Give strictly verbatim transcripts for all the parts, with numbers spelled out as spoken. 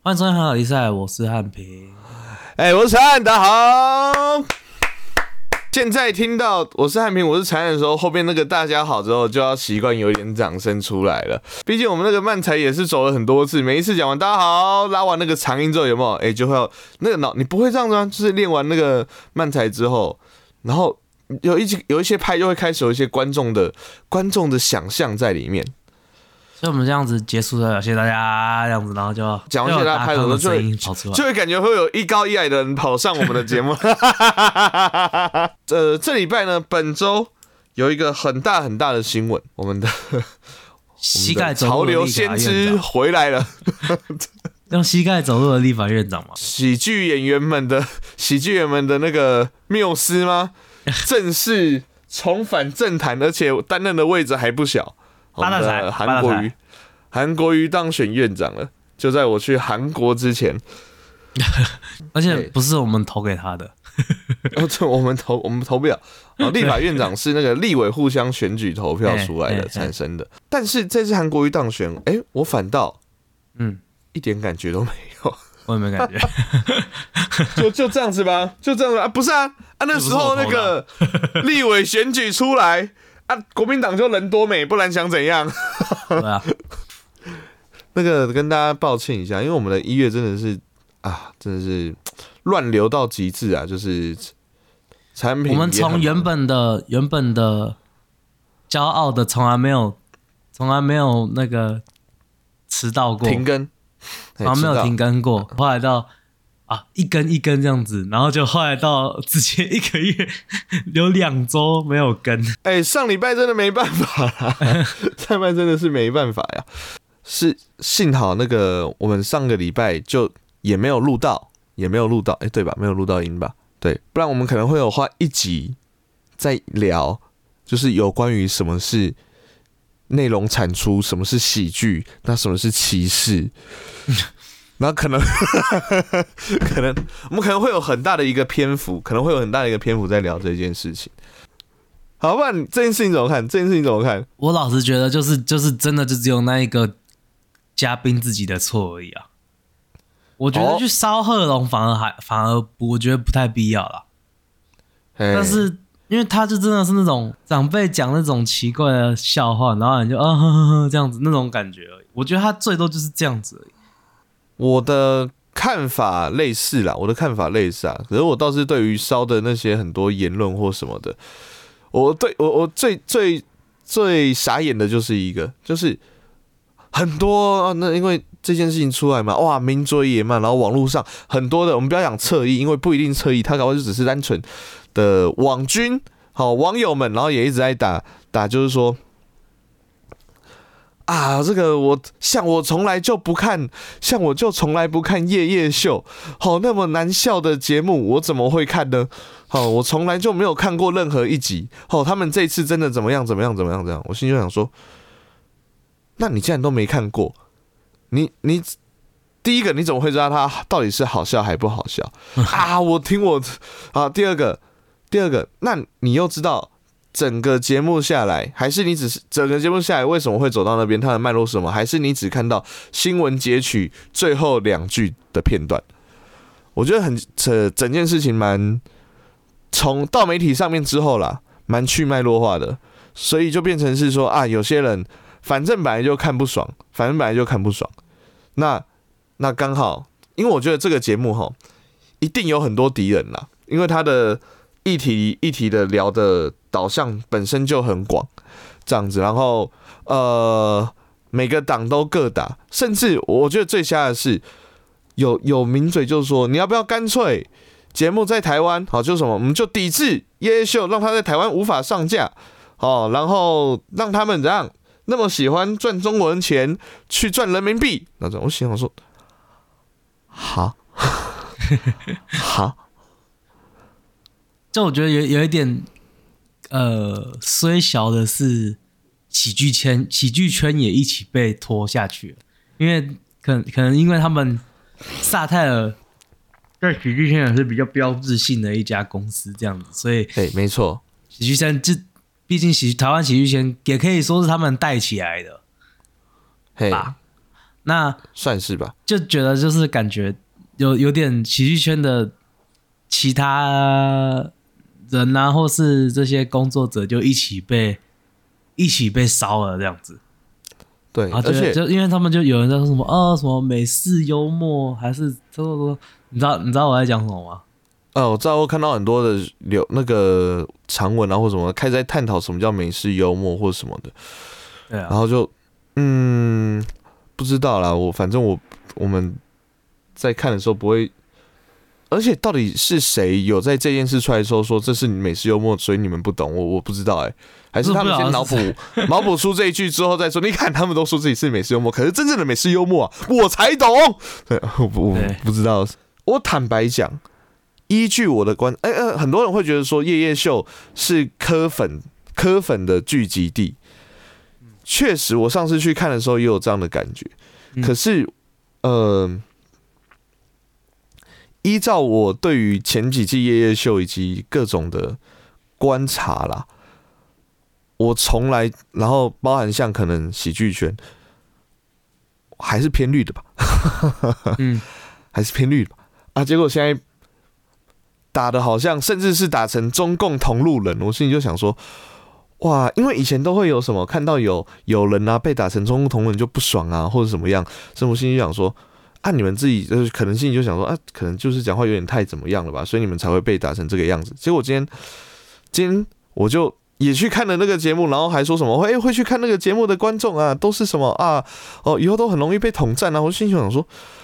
欢迎收看《很好比赛》，我是汉平。 哎、欸，我是陈汉，大家好。现在听到我是汉平，我是陈汉的时候，后面那个大家好之后，就要习惯有一点掌声出来了。毕竟我们那个漫才也是走了很多次，每一次讲完大家好，拉完那个长音之后，有没有？哎、欸，就会有那个脑，你不会这样子吗？就是练完那个漫才之后，然后有一有一些拍就会开始有一些观众的观众的想象在里面。 所以我们这样子结束了，谢谢大家，这样子，然后就讲完谢谢大家拍手的声音跑出来， 就会感觉会有一高一矮的人跑上我们的节目。呃，这礼拜呢，本周有一个很大很大的新闻，我们的膝盖走潮流路的立法先知院长回来了。 用膝盖走路的立法院长嘛， 喜剧演员们的喜剧演员们的那个缪斯吗？正式重返政坛，而且担任的位置还不小。 发大财， 韩国瑜，韩国瑜当选院长了。就在我去韩国之前， 而且不是我们投给他的， 哦，这我们投我们投不了。哦，立法院长是那个立委互相选举投票出来的产生的。但是这次韩国瑜当选，哎、欸，我反倒嗯一点感觉都没有。 我也没感觉， 就就这样子吧，就这样子啊，不是啊啊，那时候那个立委选举出来。啊，国民党就人多美，不然想怎样？ 对啊， 那个跟大家抱歉一下，因为我们的一月真的是啊，真的是乱流到极致啊，就是产品。 我们从原本的原本的骄傲的，从来没有从来没有那个迟到过， 停更， 从来没有停更过，后来到。啊，一根一根这样子，然后就后来到直接一个月有两周没有更。 哎、欸，上礼拜真的没办法啦，上礼拜真的是没办法呀。是幸好那个我们上个礼拜就也没有录到，也没有录到，哎、欸，对吧？没有录到音吧？对，不然我们可能会有花一集在聊，就是有关于什么是内容产出，什么是喜剧，那什么是歧视。然后可能可能我们可能会有很大的一个篇幅，可能会有很大的一个篇幅在聊这件事情。好，不然这件事情怎么看？这件事情怎么看？ 我老实觉得，就是就是真的就只有那一个嘉宾自己的错而已啊。我觉得去烧贺龙反而还反而我觉得不太必要啦。但是因为他就真的是那种长辈讲那种奇怪的笑话，然后你就啊呵呵呵这样子那种感觉而已。我觉得他最多就是这样子而已。 我的看法类似啦，我的看法类似啊。可是我倒是对于烧的那些很多言论或什么的，我对我我最最最傻眼的就是一个，就是很多、啊、那因为这件事情出来嘛，哇，名嘴也嘛，然后网络上很多的，我们不要讲侧翼，因为不一定侧翼，他搞不好就只是单纯的网军，好网友们，然后也一直在打打，就是说。啊，这个我像我从来就不看，像我就从来不看夜夜秀，好、哦、那么难笑的节目，我怎么会看呢？好、哦，我从来就没有看过任何一集。好、哦，他们这一次真的怎么样怎么样怎么样怎么样？我心里就想说，那你既然都没看过，你你第一个你怎么会知道它到底是好笑还不好笑啊？我听我啊，第二个第二个，那你又知道？整个节目下来，还是你只是整个节目下来为什么会走到那边？它的脉络是什么？还是你只看到新闻截取最后两句的片段？我觉得很整整件事情蛮从到媒体上面之后啦，蛮去脉络化的，所以就变成是说啊，有些人反正本来就看不爽，反正本来就看不爽，那那刚好，因为我觉得这个节目齁一定有很多敌人啦，因为他的议题议题的聊的。导向本身就很广，这样子，然后呃，每个党都各打，甚至我觉得最瞎的是，有有名嘴就说，你要不要干脆节目在台湾，好，就什么，我们就抵制夜夜秀，让他在台湾无法上架，好，然后让他们怎样那么喜欢赚中国人钱去赚人民币，那种，我心想说，哈，哈， 就我觉得有有一点。呃，虽小的是喜剧圈，喜剧圈也一起被拖下去了，因为可可能因为他们萨泰尔在喜剧圈也是比较标志性的一家公司，这样子，所以对，没错， 喜剧圈就毕竟喜台湾喜剧圈也可以说是他们带起来的， 嘿， 那算是吧， 就觉得就是感觉有有点喜剧圈的其他人啊，或是这些工作者就一起被一起被烧了这样子。 对， 而且就因为他们就有人在说什么哦什么美式幽默，还是说说你知道你知道我在讲什么吗？ 呃，我知道我看到很多的有那个长文啊或什么，开始在探讨什么叫美式幽默或什么的。 对啊， 然后就嗯不知道啦，我反正我我们在看的时候不会。而且到底是谁有在这件事出来的时候说这是美式幽默，所以你们不懂我，我不知道哎、欸，还是他们先脑补脑补出这一句之后再说。你看他们都说自己是美式幽默，可是真正的美式幽默啊，我才懂。对，我不我不知道。我坦白讲，依据我的观，哎、欸、呃，很多人会觉得说夜夜秀是柯粉柯粉的聚集地，确实，我上次去看的时候也有这样的感觉。可是，呃。依照我对于前几季夜夜秀以及各种的观察啦，我从来，然后包含像可能喜剧圈，还是偏绿的吧，嗯，还是偏绿的吧啊！结果现在打的好像，甚至是打成中共同路人，我心里就想说，哇，因为以前都会有什么看到有有人啊被打成中共同路人就不爽啊，或者怎么样，所以我心里就想说。啊，你们自己就是可能性就想说啊，可能就是讲话有点太怎么样了吧，所以你们才会被打成这个样子。结果今天，今天我就也去看了那个节目，然后还说什么，哎、欸，会去看那个节目的观众啊，都是什么啊，哦，以后都很容易被统战啊。我心里想说，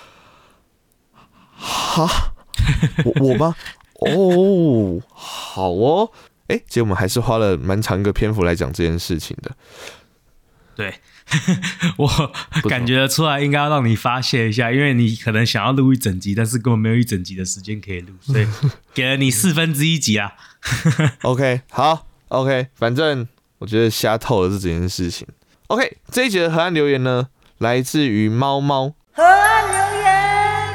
哈，我我吗？哦，好哦，哎、欸，结果我们还是花了蛮长一个篇幅来讲这件事情的。 对。我感觉得出来，应该要让你发泄一下，因为你可能想要录一整集，但是根本没有一整集的时间可以录，所以给了你四分之一集啊。 OK， 好 ，OK， 反正我觉得瞎透了这件事情。OK， 这一节的河岸留言呢，来自于猫猫。河岸留言：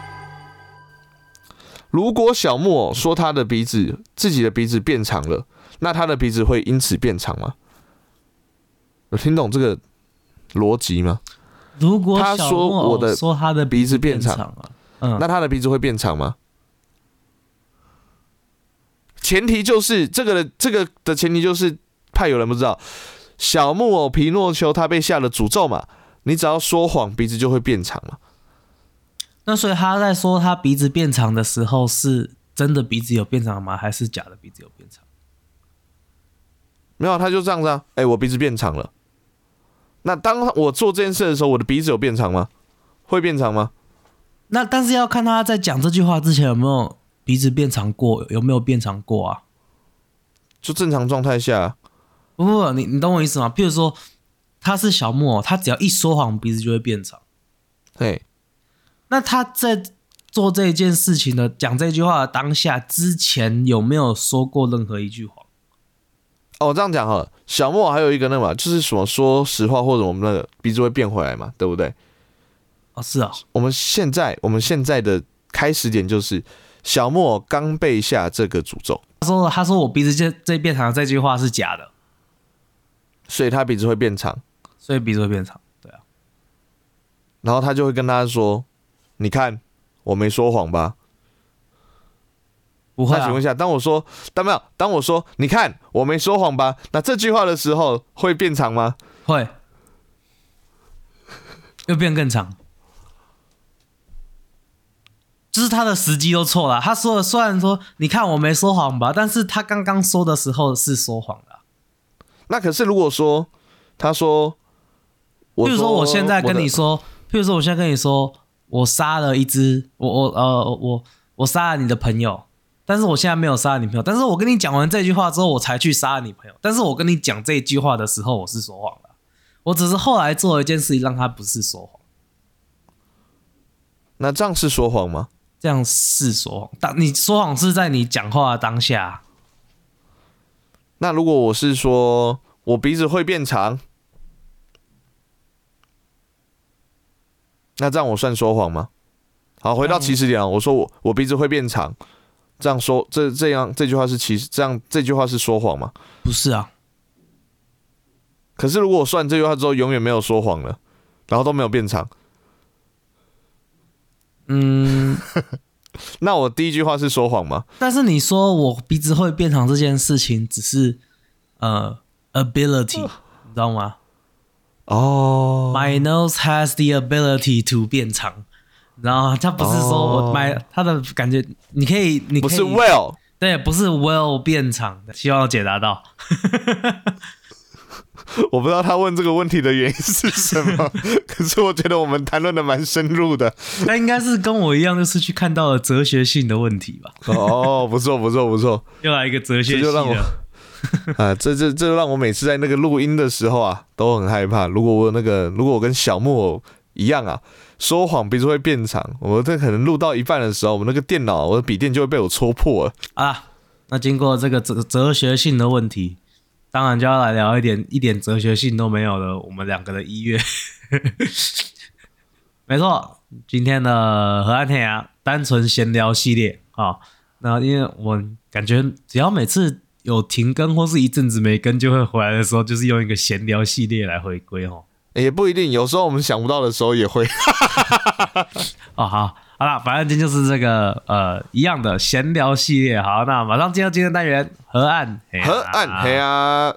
如果小木偶说他的鼻子自己的鼻子变长了，那他的鼻子会因此变长吗？有听懂这个逻辑吗？ 如果他说我的说他的鼻子变长了， 嗯，那他的鼻子会变长吗？前提就是这个的这个的前提就是怕有人不知道，小木偶皮诺丘他被下了诅咒嘛，你只要说谎，鼻子就会变长嘛。 那所以他在说他鼻子变长的时候，是真的鼻子有变长吗？还是假的鼻子有变长？ 没有，他就这样子啊，哎、欸，我鼻子变长了。那当我做这件事的时候，我的鼻子有变长吗？会变长吗？ 那但是要看他在讲这句话之前有没有鼻子变长过，有没有变长过啊？ 就正常状态下， 不不不，你你懂我意思吗？譬如说他是小木偶，他只要一说谎，鼻子就会变长。 对， 那他在做这件事情的讲这句话的当下之前，有没有说过任何一句谎？ 哦，我这样讲好了，小木偶还有一个那个嘛，就是什么说实话或者我们那个鼻子会变回来嘛，对不对？ 哦，是啊。 我们现在我们现在的开始点就是小木偶刚被下这个诅咒， 他说他说我鼻子这这变长这句话是假的， 所以他鼻子会变长， 所以鼻子会变长，对啊。 然后他就会跟他说：“你看，我没说谎吧？” 不会、啊。 那请问一下，当我说，当没有，当我说，你看，我没说谎吧？那这句话的时候会变长吗？ 会，又变更长。就是他的时机都错了。他说的虽然说，你看我没说谎吧，但是他刚刚说的时候是说谎的。 那可是如果说他说， 譬如说我现在跟你说，譬如说我现在跟你说，我杀了一只，我我呃我我杀了你的朋友。但是我现在没有杀了你朋友，但是我跟你讲完这句话之后，我才去杀了你朋友。但是我跟你讲这句话的时候，我是说谎的，我只是后来做了一件事情，让他不是说谎。 那这样是说谎吗？ 这样是说谎。当你说谎是在你讲话的当下。 那如果我是说我鼻子会变长，那这样我算说谎吗？好，回到起始点啊，我说我我鼻子会变长。这样说，这这样这句话是其实这样这句话是说谎吗？ 不是啊。 可是如果我说完这句话之后，永远没有说谎了，然后都没有变长， 嗯， 那我第一句话是说谎吗？ 但是你说我鼻子会变长这件事情，只是呃 ability，、呃、你知道吗？ 哦、 oh ，My nose has the ability to 变长，然后他不是说我买、oh 他的感觉，你可以，你可以不是 well， 对，不是 well 变长，希望我解答到。 我不知道他问这个问题的原因是什么，可是我觉得我们谈论的蛮深入的。 他应该是跟我一样，就是去看到了哲学性的问题吧。 哦，不错不错不错， 又来一个哲学系的。 啊，这这这就让我每次在那个录音的时候啊，都很害怕。如果我那个，如果我跟小木偶一样啊，说谎鼻子会变长，我这可能录到一半的时候，我们那个电脑，我的笔电就会被我戳破了啊。那经过这个哲哲学性的问题，当然就要来聊一点一点哲学性都没有的我们两个的音乐。没错，今天的河岸天涯单纯闲聊系列啊、哦，那因为我感觉只要每次有停更或是一阵子没更就会回来的时候，就是用一个闲聊系列来回归哦。 也不一定，有时候我们想不到的时候也会。 哦，好，好啦，反正今天就是这个呃一样的闲聊系列。好，那马上进入今天的单元河岸黑啊河岸黑啊。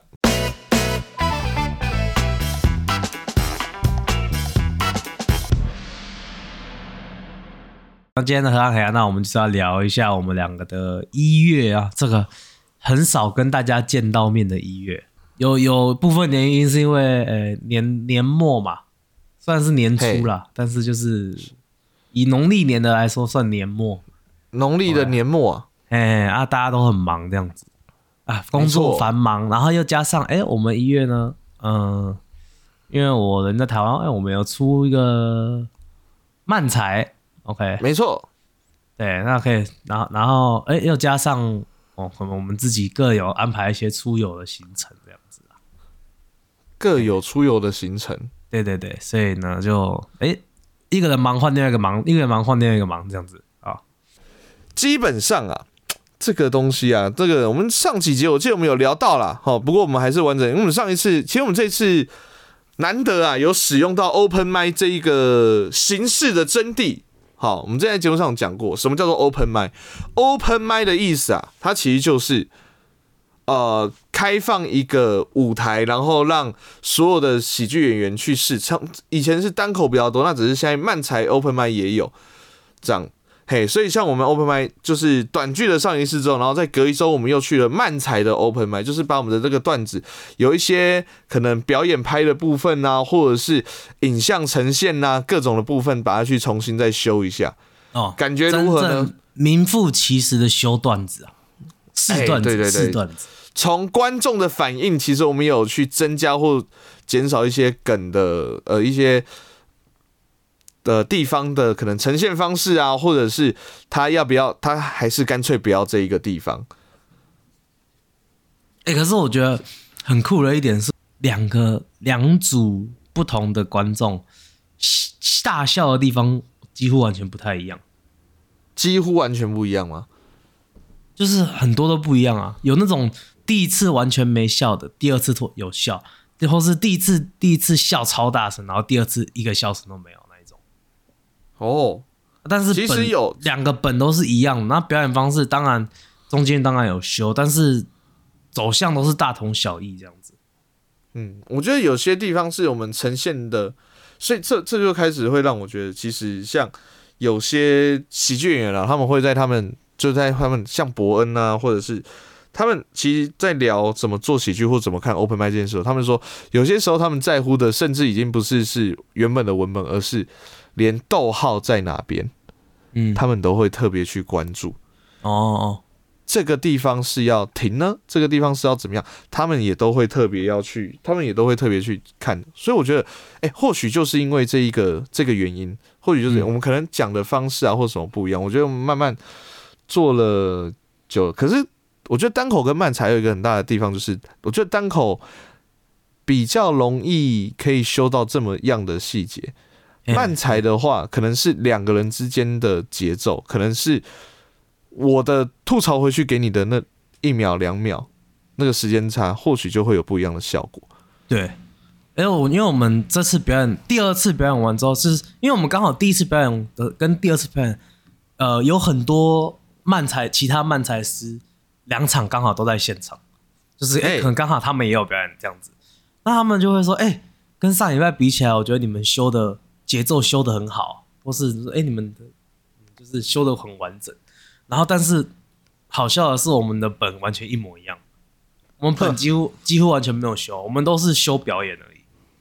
那今天的河岸黑啊，那我们就是要聊一下我们两个的一月啊，这个很少跟大家见到面的一月。有有部分原因是因为呃年年末嘛，算是年初啦，但是就是以农历年的来说算年末， 农历的年末啊， 哎啊大家都很忙这样子啊，工作繁忙，然后又加上哎我们一月呢，嗯、呃，因为我人在台湾，哎我们有出一个漫才 ，OK， 没错， 对，那可以，然后然后哎又加上哦，可能我们自己各有安排一些出游的行程这样子啦， 各有出游的行程， 对对对，所以呢就哎一个人忙换另外一个忙，一个人忙换另外一个忙这样子啊。 基本上啊，这个东西啊，这个我们上几集我记得我们有聊到啦，好，不过我们还是完整，因为我们上一次其实我们这次难得啊有使用到 Open Mic 这一个形式的真谛。好，我们之前在节目上讲过，什么叫做 Open Mic？Open Mic 的意思啊，它其实就是呃开放一个舞台，然后让所有的喜剧演员去试唱。以前是单口比较多，那只是现在漫才 Open Mic 也有这样。嘿，所以像我们 Open Mic 就是短剧的上一次之后，然后再隔一周，我们又去了漫才的 Open Mic， 就是把我们的这个段子有一些可能表演拍的部分啊，或者是影像呈现啊，各种的部分，把它去重新再修一下。哦，感觉如何呢？ 真正名副其实的修段子啊，试段子， 对对对， 试段子。 从观众的反应，其实我们有去增加或减少一些梗的呃一些。的地方的可能呈现方式啊，或者是他要不要，他还是干脆不要这一个地方。 哎、欸，可是我觉得很酷的一点是，两个两组不同的观众大笑的地方几乎完全不太一样。 几乎完全不一样吗？ 就是很多都不一样啊，有那种第一次完全没笑的，第二次有笑，或是第一次第一次笑超大声，然后第二次一个笑声都没有。 哦， 但是其实有两个本都是一样的，那表演方式当然中间当然有修，但是走向都是大同小异这样子。 嗯，我觉得有些地方是我们呈现的，所以这这就开始会让我觉得，其实像有些喜剧演员啊，他们会在他们就在他们像伯恩啊，或者是他们其实在聊怎么做喜剧或怎么看 Open Mic 这件事，他们说有些时候他们在乎的甚至已经不是是原本的文本，而是连逗号在哪边，嗯，他们都会特别去关注。哦哦，这个地方是要停呢，这个地方是要怎么样，他们也都会特别要去，他们也都会特别去看。所以我觉得，哎、欸，或许就是因为这一个这个原因，或许就是我们可能讲的方式啊，或什么不一样。我觉得我们慢慢做了久，可是我觉得单口跟漫才有一个很大的地方，就是我觉得单口比较容易可以修到这么样的细节。漫才的话，可能是两个人之间的节奏，可能是我的吐槽回去给你的那一秒两秒，那个时间差，或许就会有不一样的效果。 对， 哎，我因为我们这次表演，第二次表演完之后，是因为我们刚好第一次表演的跟第二次表演，呃，有很多漫才其他漫才师两场刚好都在现场，就是哎，可能刚好他们也有表演这样子，那他们就会说，哎，跟上礼拜比起来，我觉得你们修的节奏修的很好，或是哎你们的就是修的很完整，然后但是好笑的是，我们的本完全一模一样，我们本几乎几乎完全没有修，我们都是修表演而已。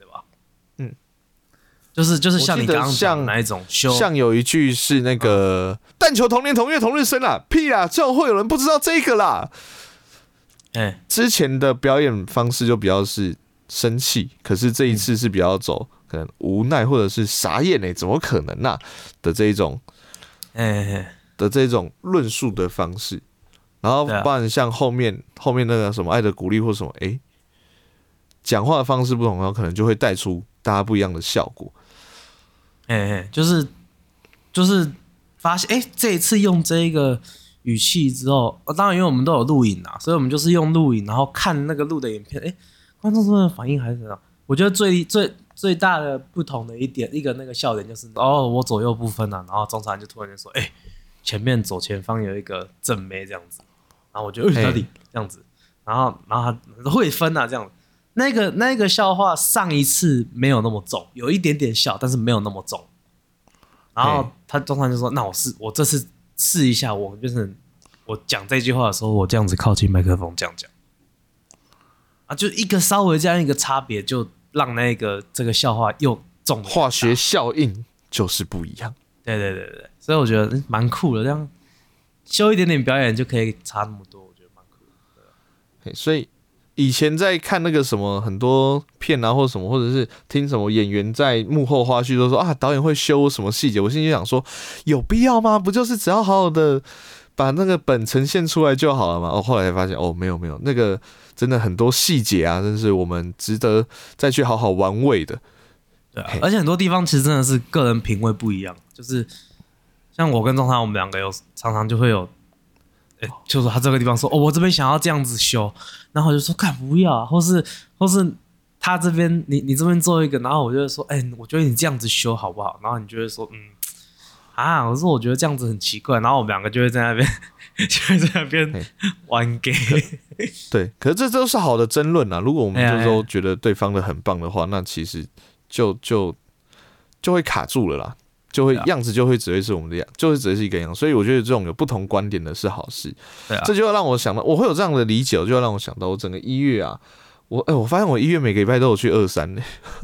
就是就是像你刚刚讲的那一种修， 像有一句是那个“但求同年同月同日生”啦，屁啦，这种会有人不知道这个啦。哎、欸，之前的表演方式就比较是生气，可是这一次是比较走可能无奈或者是傻眼哎、欸，怎么可能啊的这一种，哎、欸、的这种论述的方式，然后不然像后面后面那个什么爱的鼓励或什么，哎、欸，讲话的方式不同，然后可能就会带出大家不一样的效果。 哎、欸，就是就是发现，哎、欸，这一次用这一个语气之后，哦、当然因为我们都有录影啊，所以我们就是用录影，然后看那个录的影片，哎、欸，观众这边的反应还是怎样？我觉得最最最大的不同的一点，一个那个笑点就是，哦，我左右不分啊，然后中场就突然间说，哎、欸，前面左前方有一个正妹这样子，然后我就哎哪里这样子，然后然后他会分啊这样子。那个那个笑话上一次没有那么重，有一点点笑，但是没有那么重。然后他中场就说：“那我试，我这次试一下，我就是我讲这句话的时候，我这样子靠近麦克风这样讲啊，就一个稍微这样一个差别，就让那个这个笑话又重。 化学效应就是不一样。 对对对对，所以我觉得蛮酷的，这样修一点点表演就可以差那么多，我觉得蛮酷的。 对，所以。”以前在看那个什么很多片啊，或者什么，或者是听什么演员在幕后花絮都说啊，导演会修什么细节，我心里想说，有必要吗？不就是只要好好的把那个本呈现出来就好了吗？哦，后来才发现，哦，没有没有，那个真的很多细节啊，真是我们值得再去好好玩味的。 对啊，而且很多地方其实真的是个人品味不一样，就是像我跟钟汉，我们两个有常常就会有。欸、就是他这个地方说哦，我这边想要这样子修，然后我就说干不要、啊，或是或是他这边你你这边做一个，然后我就会说，哎、欸，我觉得你这样子修好不好？然后你就会说，嗯啊，我说我觉得这样子很奇怪，然后我们两个就会在那边就会在那边玩 gay。 对，可是这都是好的争论啊。如果我们就都觉得对方的很棒的话，那其实就就就会卡住了啦。就会样子就会只会是我们的样，就会只会是一个样，所以我觉得这种有不同观点的是好事。 对啊， 这就要让我想到，我会有这样的理解，就要让我想到我整个一月啊，我哎、欸，我发现我一月每个礼拜都有去二三呢，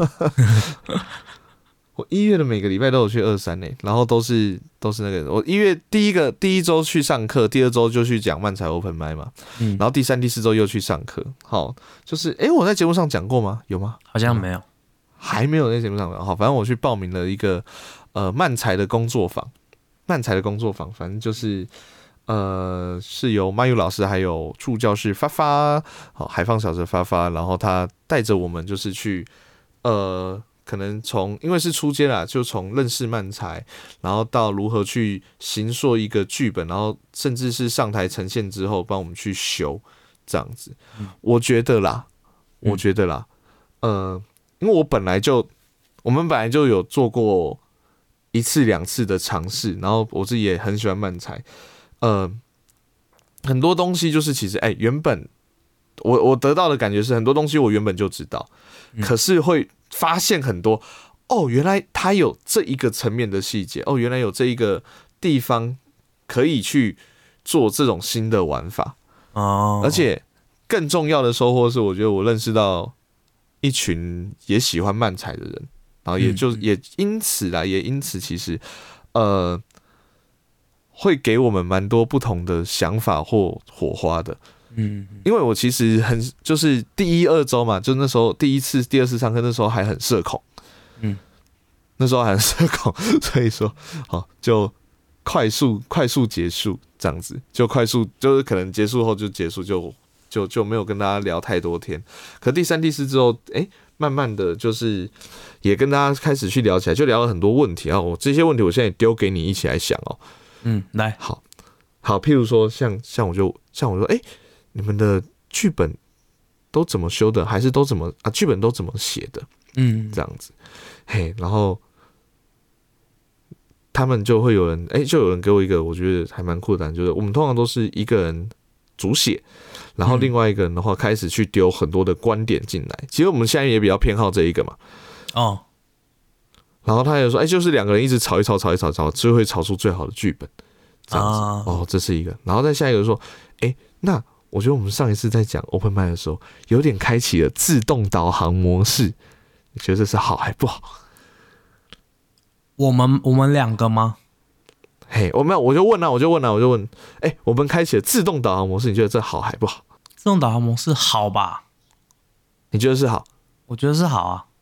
我一月的每个礼拜都有去二三呢，然后都是都是那个，我一月第一个第一周去上课，第二周就去讲漫才 open mic 嘛，嗯，然后第三、第四周又去上课，好，就是哎、欸，我在节目上讲过吗？有吗？ 好像没有， 还没有在节目上讲。好，反正我去报名了一个。呃，漫才的工作坊，漫才的工作坊，反正就是呃，是由曼玉老师还有助教是发发，好，海放小子发发，然后他带着我们就是去呃，可能从因为是初阶啦，就从认识漫才，然后到如何去形塑一个剧本，然后甚至是上台呈现之后，帮我们去修这样子。嗯、我觉得啦，我觉得啦，呃，因为我本来就我们本来就有做过。一次两次的尝试，然后我自己也很喜欢漫才，呃，很多东西就是其实，哎、欸，原本我我得到的感觉是很多东西我原本就知道，嗯、可是会发现很多，哦，原来它有这一个层面的细节，哦，原来有这一个地方可以去做这种新的玩法，哦，而且更重要的收获是，我觉得我认识到一群也喜欢漫才的人。然后也就也因此啦，也因此其实，呃，会给我们蛮多不同的想法或火花的。嗯，因为我其实很就是第一二周嘛，就那时候第一次、第二次上课，那时候还很社恐。嗯，那时候还很社恐，所以说好就快速快速结束这样子，就快速就是可能结束后就结束，就就就没有跟大家聊太多天。可第三、第四之后，哎、欸。慢慢的就是也跟大家开始去聊起来，就聊了很多问题啊。我这些问题我现在也丢给你一起来想哦。 嗯，来， 好，好，譬如说像像我就像我说，哎、欸，你们的剧本都怎么修的？还是都怎么啊？剧本都怎么写的？ 嗯， 这样子，嘿，然后他们就会有人，哎、欸，就有人给我一个我觉得还蛮酷的答案，就是我们通常都是一个人主写，然后另外一个人的话开始去丢很多的观点进来。其实我们现在也比较偏好这一个嘛。 哦。 然后他也说，哎、欸，就是两个人一直吵一吵，吵一吵，吵，就会吵出最好的剧本，这样子。啊、哦，这是一个。然后再下一个说，哎、欸，那我觉得我们上一次在讲 Open Mic 的时候，有点开启了自动导航模式，你觉得这是好还不好？ 我们我们两个吗？ 嘿，我没有，我就问啊，我就问啊，我就问，哎、欸，我们开启了自动导航模式，你觉得这好还不好？ 自动导航模式好吧？ 你觉得是好？ 我觉得是好啊。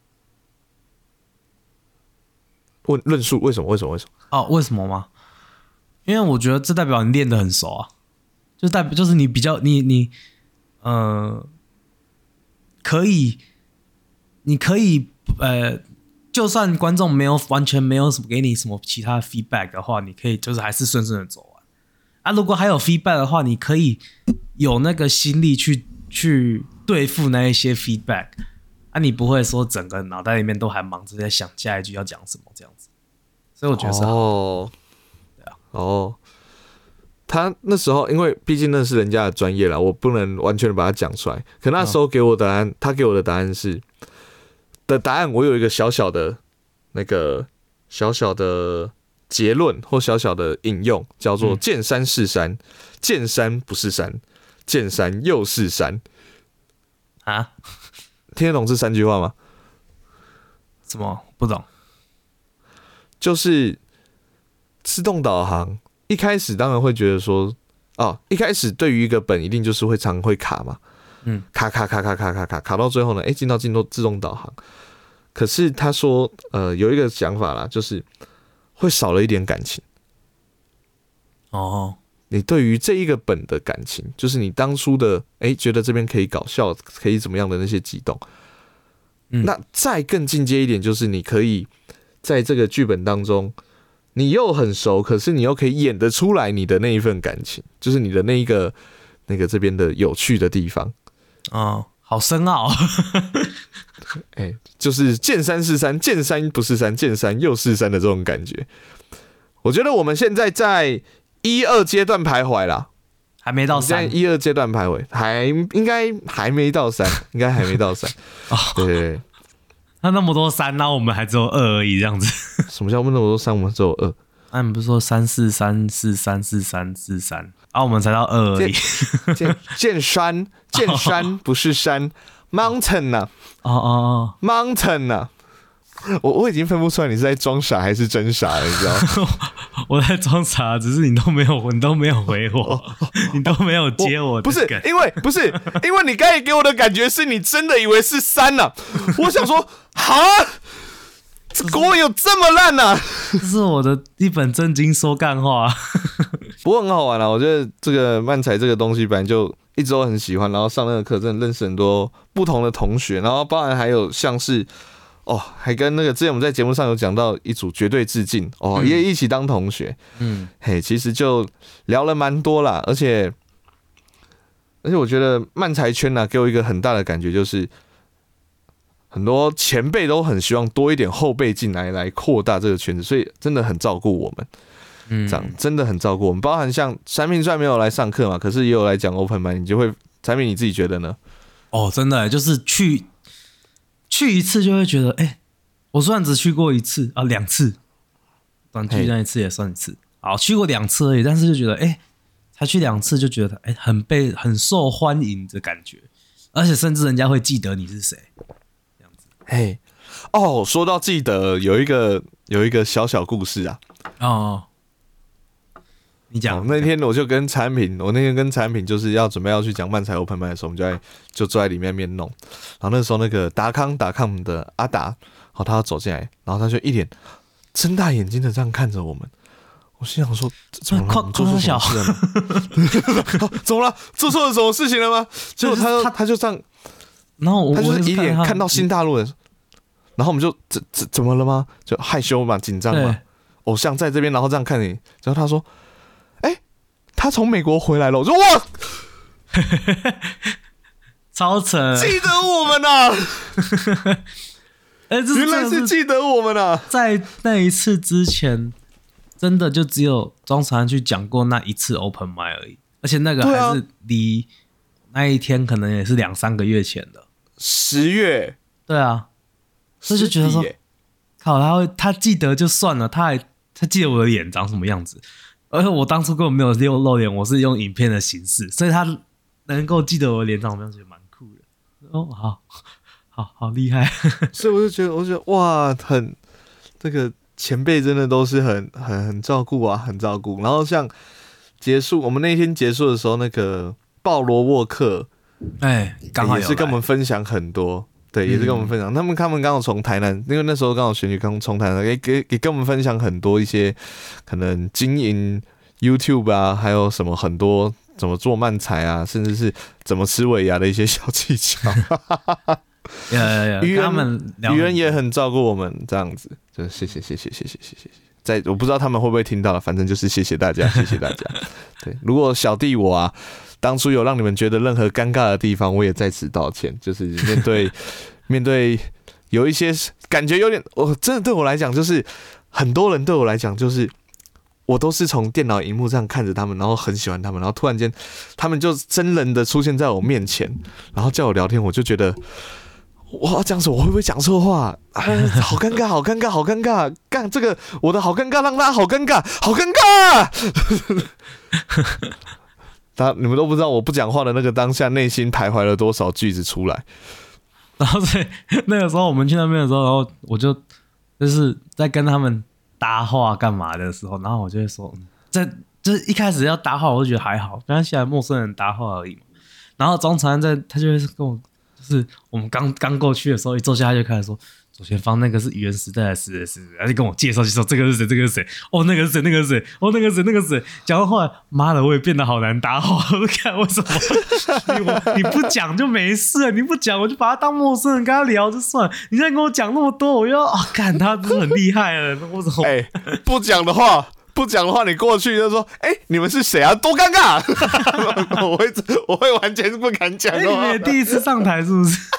问论述为什么？为什么？为什么？ 哦，为什么吗？因为我觉得这代表你练得很熟啊，就代表就是你比较你你呃可以，你可以呃，就算观众没有完全没有什么给你什么其他的 feedback 的话，你可以就是还是顺顺的走完啊。如果还有 feedback 的话，你可以有那个心力去去对付那一些 feedback。啊，你不会说整个脑袋里面都还忙着在想下一句要讲什么这样子，所以我觉得是好。 哦， 对啊， 哦，他那时候因为毕竟那是人家的专业啦，我不能完全的把它讲出来。可那时候给我的答案，哦、他给我的答案是的答案，我有一个小小的那个小小的结论或小小的引用，叫做“见山是山，嗯、见山不是山，见山又是山”。 啊？ 听得懂这三句话吗？ 什么？不懂。 就是自动导航一开始当然会觉得说，哦，一开始对于一个本一定就是会常会卡嘛，嗯，卡卡卡卡卡卡卡卡到最后呢，哎、欸，进到进入自动导航。可是他说，呃，有一个想法啦，就是会少了一点感情。 哦。 你对于这一个本的感情，就是你当初的哎、欸，觉得这边可以搞笑，可以怎么样的那些激动，嗯、那再更进阶一点，就是你可以在这个剧本当中，你又很熟，可是你又可以演得出来你的那一份感情，就是你的那一个那个这边的有趣的地方。 哦，好深奥。 哎、欸，就是见山是山，见山不是山，见山又是山的这种感觉。我觉得我们现在在一二阶段徘徊啦， 还没到三。 一二阶段徘徊，还应该还没到三，应该还没到三。哦，对对对。 那那么多三，那我们还只有二而已，这样子。 什么叫那么多三？我们只有二。 那、啊、你不是说三四三四三四三四三？啊，我们才到二而已。 见见山，见山不是山 ，mountain 呐、啊。 哦哦哦 ，mountain 呐、啊。我我已经分不出来你是在装傻还是真傻了，你知道吗？ 我在装傻，只是你都没有，你都没有回我，你都没有接我的梗。 不是因为不是因为你刚才给我的感觉是你真的以为是三呐、啊，我想说，哈，这国文有这么烂呐、啊？ 这是我的一本正经说干话。 不过很好玩啦、啊，我觉得这个漫才这个东西本来就一直都很喜欢，然后上那个课真的认识很多不同的同学，然后包含还有像是。哦，还跟那个之前我们在节目上有讲到一组绝对致敬哦，嗯、也一起当同学，嗯，嘿，其实就聊了蛮多啦，而且而且我觉得漫才圈呢、啊，给我一个很大的感觉就是，很多前辈都很希望多一点后辈进来来扩大这个圈子，所以真的很照顾我们，嗯，这样真的很照顾我们，包含像产品虽然没有来上课嘛，可是也有来讲 Open Mic， 你就会产品你自己觉得呢？ 哦，真的就是去。去一次就会觉得，哎、欸，我虽然只去过一次啊，两次，短剧那一次也算一次，好，去过两次而已，但是就觉得，哎、欸，才去两次就觉得，哎、欸，很被很受欢迎的感觉，而且甚至人家会记得你是谁，这样子。 嘿，哦，说到记得，有一个有一个小小故事啊， 哦。你讲、 哦，那天我就跟产品，我那天跟产品就是要准备要去讲漫才 Open Mic 的时候，我们就在就坐在里面面弄。然后那时候那个达康达康的阿达，好，他要走进来，然后他就一脸睁大眼睛的这样看着我们。我心想说，怎么了？我们做错什么事了吗？怎么了？做错了什么事情了吗？结果他就他就这样， 然后我他就是一脸看到新大陆的，然后我们就怎怎怎么了吗？就害羞嘛，紧张嘛，偶像在这边，然后这样看你，然后他说。他从美国回来了，我说哇， 超扯， 记得我们啊！ 哎、欸， 原来是记得我们啊！ 在那一次之前，真的就只有庄长去讲过那一次 open mic 而已，而且那个还是离那一天可能也是两三个月前的十月。 对啊，所以就觉得说，靠，他会他记得就算了，他还他记得我的脸长什么样子，而且我当初根本没有用露脸，我是用影片的形式，所以他能够记得我的脸长什么样子，蛮酷的。哦，好。好好厉害， 所以我就觉得，我觉得哇，很这个前辈真的都是很很很照顾啊，很照顾。然后像结束，我们那天结束的时候，那个鲍罗沃克， 哎，刚好也是跟我们分享很多，对，也是跟我们分享。嗯、他们他们刚好从台南，因为那时候刚好选举刚从台南，也给也跟我们分享很多一些可能经营 YouTube 啊，还有什么很多怎么做漫才啊，甚至是怎么吃尾牙的一些小技巧。 有有有， 愚人愚人也很照顾我们，这样子，就谢谢谢谢谢谢谢谢谢谢。在我不知道他们会不会听到，反正就是谢谢大家，谢谢大家。对，如果小弟我啊，当初有让你们觉得任何尴尬的地方，我也在此道歉。就是面对面对有一些感觉有点，我真的对我来讲，就是很多人对我来讲，就是我都是从电脑荧幕上看着他们，然后很喜欢他们，然后突然间他们就真人的出现在我面前，然后叫我聊天，我就觉得。我要讲什么？我会不会讲错话？啊，好尴尬，好尴尬，好尴尬！干这个，我的好尴尬让大家好尴尬，好尴尬！他你们都不知道我不讲话的那个当下，内心徘徊了多少句子出来。 然后所以那个时候我们去那边的时候，然后我就就是在跟他们搭话干嘛的时候，然后我就会说，在就是一开始要搭话，我就觉得还好，跟他现在陌生人搭话而已嘛。然后中常在他就会跟我。就是我们刚刚过去的时候，一坐下他就开始说，左前方那个是原时代的是是，他就跟我介绍介绍这个是谁，这个是谁，哦那个是谁，那个是谁，哦那个是谁，那个是谁。讲到后来，妈的，我也变得好难搭话，我就看为什么你, 你不讲就没事，你不讲我就把他当陌生人跟他聊就算了，你现在跟我讲那么多，我又啊，干、哦、他真的很厉害了，我怎么？ 哎、欸，不讲的话。不讲的话，你过去就说：“哎、欸，你们是谁啊？多尴尬！”我会，我会完全不敢讲。哎、 欸，你们也第一次上台是不是？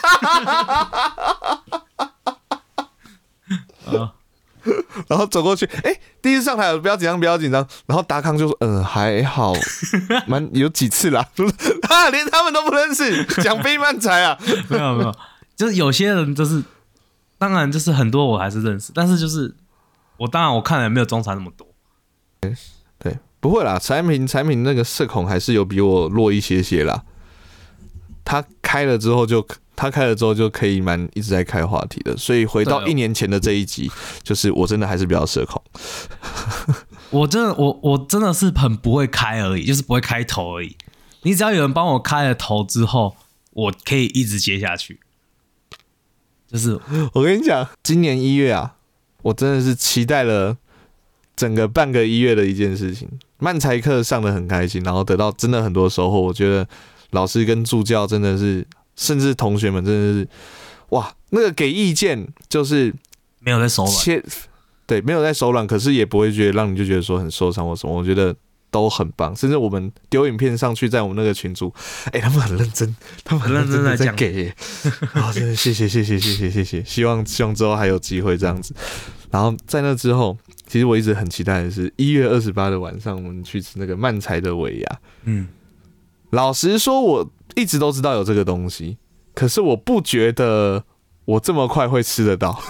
然后走过去，哎、欸，第一次上台，不要紧张，不要紧张。然后达康就说：“嗯、呃，还好，蛮有几次啦。”他连他们都不认识，讲非漫才啊？ 没有没有，就是有些人就是，当然就是很多我还是认识，但是就是我当然我看了没有中产那么多。 对，不会啦，产品产品那个社恐还是有比我弱一些些啦。他开了之后就，他开了之后就可以蛮一直在开话题的，所以回到一年前的这一集，就是我真的还是比较社恐。 我真的我我真的是很不会开而已，就是不会开头而已。你只要有人帮我开了头之后，我可以一直接下去。就是我跟你讲，今年一月啊，我真的是期待了。整个半个一月的一件事情，漫才课上得很开心，然后得到真的很多收获。我觉得老师跟助教真的是，甚至同学们真的是，哇，那个给意见就是没有在手软， 对，没有在手软，可是也不会觉得让你就觉得说很受伤或什么。我觉得都很棒，甚至我们丢影片上去，在我们那个群组，哎、欸，他们很认真，他们很认真的在给、欸，啊，真的谢谢谢谢谢谢谢谢，希望希望之后还有机会这样子。然后在那之后。其实我一直很期待的是一月二十八的晚上，我们去吃那个漫才的尾牙。嗯，老实说，我一直都知道有这个东西，可是我不觉得我这么快会吃得到。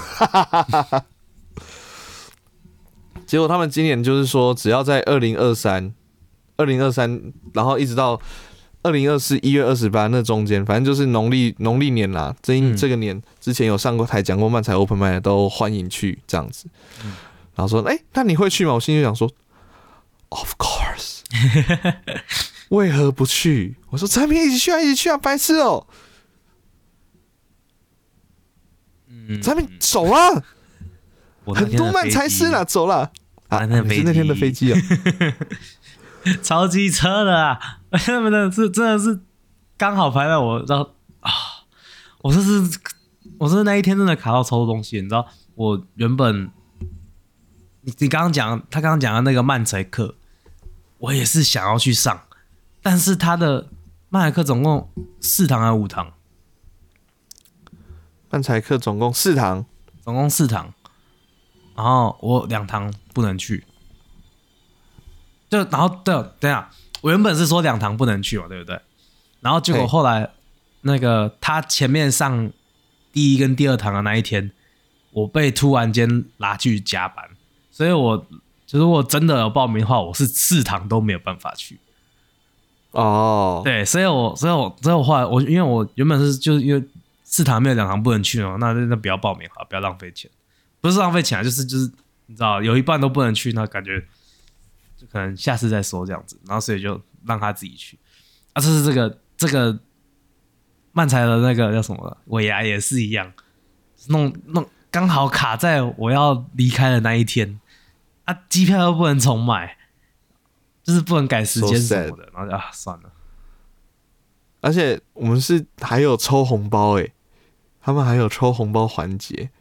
结果他们今年就是说，只要在二零二三、二零二三，然后一直到二零二四一月二十八那中间，反正就是农历农历年啦。这一、嗯、这个年之前有上过台讲过漫才 Open Mic 的，都欢迎去这样子。嗯然后说，哎、欸，那你会去吗？我心里就想說 ，Of course， 为何不去？我說產品一起去啊，一起去啊，白痴哦、喔！嗯，產品走了，很多漫才師啦，走了啊，你是那天的飛機哦， 超機車的啊，他們的是真的是剛好排到我，然後啊，我這是我是那一天真的卡到超多東西，你知道，我原本。你刚剛講，他剛剛講的那個漫才課，我也是想要去上，但是他的漫才課總共四堂還是五堂？ 漫才課總共四堂， 总共四堂，然后我两堂不能去，就然后对，等一下，我原本是说两堂不能去嘛，对不对？然后结果后来那个他前面上第一跟第二堂的那一天，我被突然间拉去加班，所以我就是如果真的有报名的话，我是四堂都没有办法去。 哦， 对，所以我所以我所以我后来我因为我原本是就是因为四堂没有两堂不能去嘛，那那不要报名好，不要浪费钱，不是浪费钱啊，就是就是你知道有一半都不能去，那感觉就可能下次再说这样子，然后所以就让他自己去。啊，这是这个这个漫才的那个叫什么尾牙也是一样，弄弄刚好卡在我要离开的那一天，啊，机票又不能重买。就是不能改时间什么的， so 然后就啊算了。 而且我们是还有抽红包哎、欸，他们还有抽红包环节，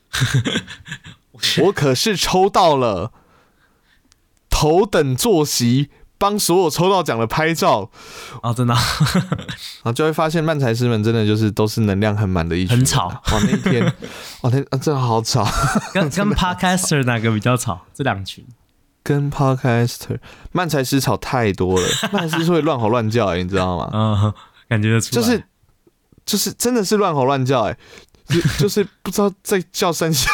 我可是抽到了头等坐席，帮所有抽到奖的拍照哦，真的、啊， 然后就会发现漫才师们真的就是都是能量很满的一群， 很吵哇那一天，哇那、啊、真的好吵， 跟跟 Podcaster 哪个比较吵？这两群。 跟 Podcaster 漫才师吵太多了，漫才师是会乱吼乱叫哎、欸，你知道吗？ 嗯，感觉得出来， 就是就是真的是乱吼乱叫哎、欸，就就是不知道在叫三小，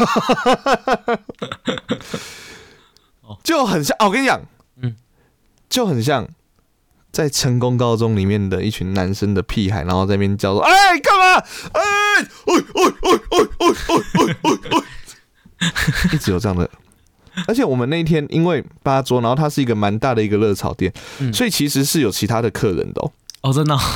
就很像哦，我跟你讲，嗯，就很像在成功高中里面的一群男生的屁孩，然后在那边叫说：“哎，干嘛？哎，哎哎哎哎哎哎哎！”一直有这样的。而且我们那一天因为八桌，然后它是一个蛮大的一个热炒店、嗯，所以其实是有其他的客人的哦。 哦，真的、哦。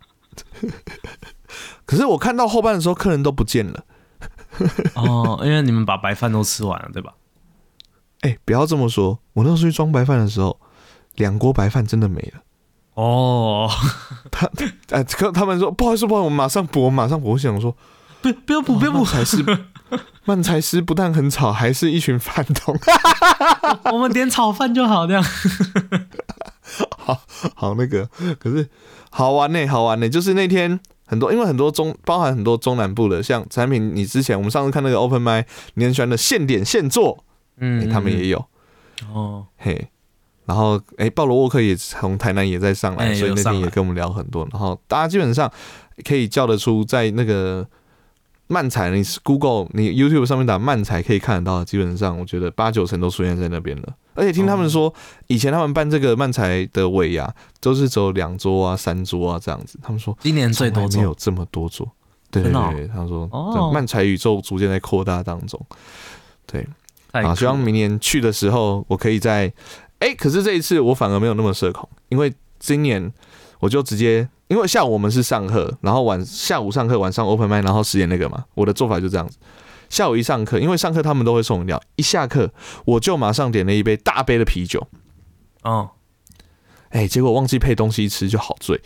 可是我看到后半的时候，客人都不见了。 哦，因为你们把白饭都吃完了，对吧？ 哎、欸，不要这么说。我那时候去装白饭的时候，两锅白饭真的没了。 哦， 他哎，他们说不好意思，不好意思，我们马上补，我们马上补。我想说， 不不要补，不要补， 才是。漫才师不但很吵，还是一群饭桶。 我们点炒饭就好，这样。 好好那个，可是好玩呢、欸，好玩呢、欸。就是那天很多，因为很多中，包含很多中南部的，像产品，你之前我们上次看那个 Open Mic， 你很喜欢的现点现做，嗯、欸，他们也有哦， 嘿。然后，哎、欸，鲍罗沃克也从台南也在上来、欸，所以那天也跟我们聊很多。然后大家基本上可以叫得出，在那个漫才，你 Google 你 YouTube 上面打漫才可以看得到，基本上我觉得八九成都出现在那边了。而且听他们说，以前他们办这个漫才的尾牙都是只有两桌啊、三桌啊这样子。他们说今年最多桌没有这么多桌，对对 对, 對，他们说、哦、漫才宇宙逐渐在扩大当中。对，好，希望明年去的时候我可以在。哎、欸，可是这一次我反而没有那么社恐，因为今年我就直接，因为下午我们是上课，然后晚下午上课，晚上 open mic， 然后十点那个嘛，我的做法就这样子。下午一上课，因为上课他们都会送饮料，一下课我就马上点了一杯大杯的啤酒。哦，哎、欸，结果忘记配东西吃，就好醉，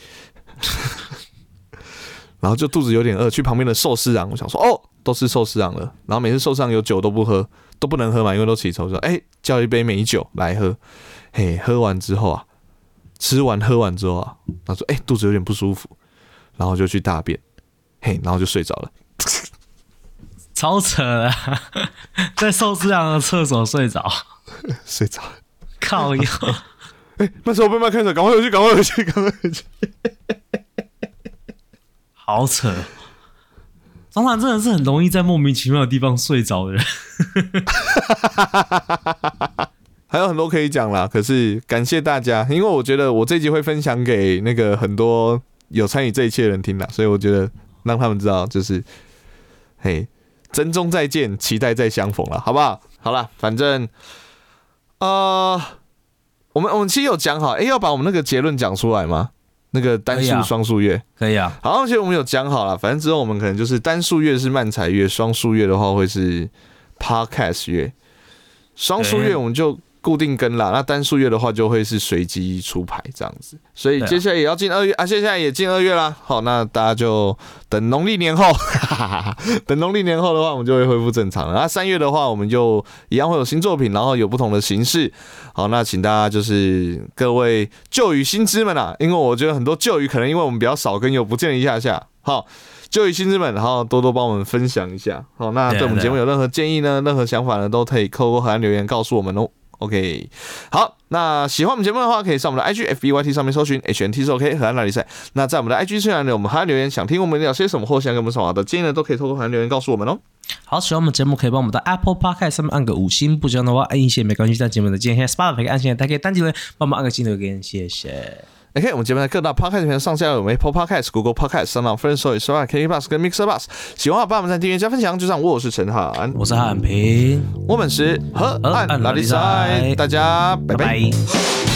然后就肚子有点饿，去旁边的寿司郎，我想说哦，都是寿司郎了，然后每次寿司郎有酒都不喝。都不能喝嘛，因为都起抽，说哎、欸，叫一杯美酒来喝，嘿，喝完之后啊，吃完喝完之后啊，他说哎、欸，肚子有点不舒服，然后就去大便，嘿，然后就睡着了， 超扯的，在寿司郎的厕所睡着， 睡着了， 靠腰， 哎、欸，慢手被慢开始，赶快回去，赶快回去，赶快回去， 好扯。常常真的是很容易在莫名其妙的地方睡着的人， 还有很多可以讲啦。可是感谢大家，因为我觉得我这一集会分享给那个很多有参与这一切的人听啦，所以我觉得让他们知道，就是嘿，珍重再见，期待再相逢了，好不好？好啦，反正呃，我们我们其实有讲好，哎、欸，要把我们那个结论讲出来吗？那个单数双数月可以啊， 好，而且我们有讲好了，反正之后我们可能就是单数月是漫才月，双数月的话会是 podcast 月，双数月我们就固定跟啦，那单数月的话就会是随机出牌这样子，所以接下来也要进二月啊，接下来也进二月啦，好，那大家就等农历年后，等农历年后的话，我们就会恢复正常了。那三月的话，我们就一样会有新作品，然后有不同的形式。好，那请大家就是各位旧语新知们啊，因为我觉得很多旧语可能因为我们比较少跟有不见了一下下，好， 就以新之们，然后多多帮我们分享一下。好，那对我们节目有任何建议呢，任何想法呢，都可以透过河岸留言告诉我们哦。OK， 好，那喜欢我们节目的话，可以上我们的 I G、F B、Y T 上面搜寻 H N T 是 OK 河岸拉力赛。那在我们的 I G 虽然呢，我们河岸留言想听我们聊些什么，或想给我们什么的建议呢，都可以透过河岸留言告诉我们哦。 好，喜欢我们节目可以帮我们的 Apple Podcast 上面按个五星，不喜欢的话按一些没关系。在节目的建议 Spotify 可以按一些，大家可以单击留言帮我们按个金留言，谢谢。OK， 我们节目在各大 Podcast 平台上架有 Apple Podcast、Google Podcast、SoundOn、Firstory、Spotify、K K B O X 跟 Mixer Box。喜欢的话，帮我们在订阅加分享。就这样，我是陈汉， 我是汉平， 我们是河岸拉力赛，大家拜拜。拜拜。